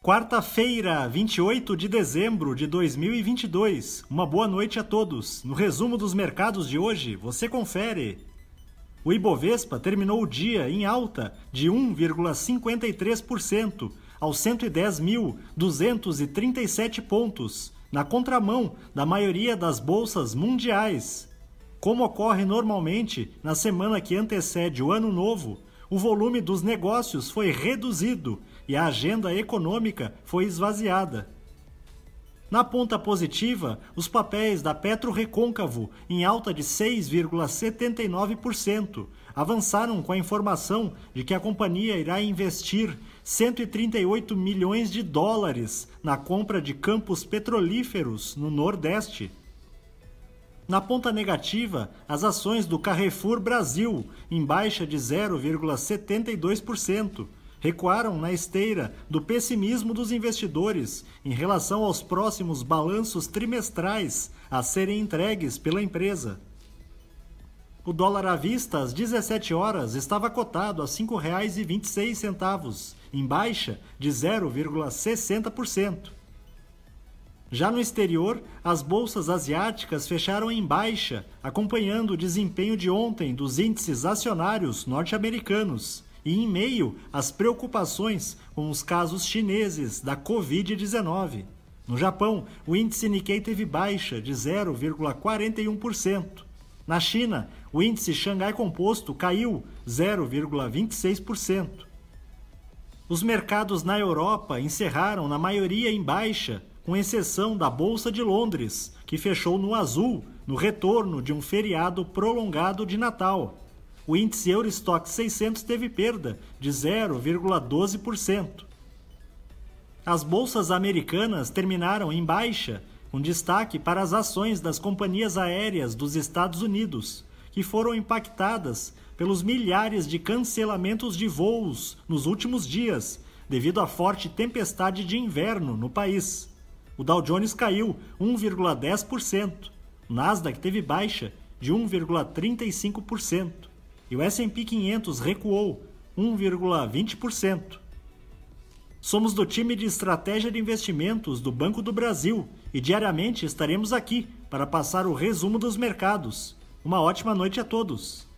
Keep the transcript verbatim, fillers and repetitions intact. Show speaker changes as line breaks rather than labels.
Quarta-feira, vinte e oito de dezembro de dois mil e vinte e dois. Uma boa noite a todos. No resumo dos mercados de hoje, você confere. O Ibovespa terminou o dia em alta de um vírgula cinquenta e três por cento aos cento e dez mil duzentos e trinta e sete pontos, na contramão da maioria das bolsas mundiais. Como ocorre normalmente na semana que antecede o Ano Novo, o volume dos negócios foi reduzido e a agenda econômica foi esvaziada. Na ponta positiva, os papéis da PetroRecôncavo, em alta de seis vírgula setenta e nove por cento, avançaram com a informação de que a companhia irá investir cento e trinta e oito milhões de dólares na compra de campos petrolíferos no Nordeste. Na ponta negativa, as ações do Carrefour Brasil, em baixa de zero vírgula setenta e dois por cento, recuaram na esteira do pessimismo dos investidores em relação aos próximos balanços trimestrais a serem entregues pela empresa. O dólar à vista às dezessete horas estava cotado a cinco reais e vinte e seis centavos, em baixa de zero vírgula sessenta por cento. Já no exterior, as bolsas asiáticas fecharam em baixa, acompanhando o desempenho de ontem dos índices acionários norte-americanos e em meio às preocupações com os casos chineses da covid dezenove. No Japão, o índice Nikkei teve baixa de zero vírgula quarenta e um por cento. Na China, o índice Xangai Composto caiu zero vírgula vinte e seis por cento. Os mercados na Europa encerraram na maioria em baixa, com exceção da Bolsa de Londres, que fechou no azul no retorno de um feriado prolongado de Natal. O índice Eurostoxx seiscentos teve perda de zero vírgula doze por cento. As bolsas americanas terminaram em baixa, com destaque para as ações das companhias aéreas dos Estados Unidos, que foram impactadas pelos milhares de cancelamentos de voos nos últimos dias, devido à forte tempestade de inverno no país. O Dow Jones caiu um vírgula dez por cento, o Nasdaq teve baixa de um vírgula trinta e cinco por cento e o S e P quinhentos recuou um vírgula vinte por cento. Somos do time de estratégia de investimentos do Banco do Brasil e diariamente estaremos aqui para passar o resumo dos mercados. Uma ótima noite a todos!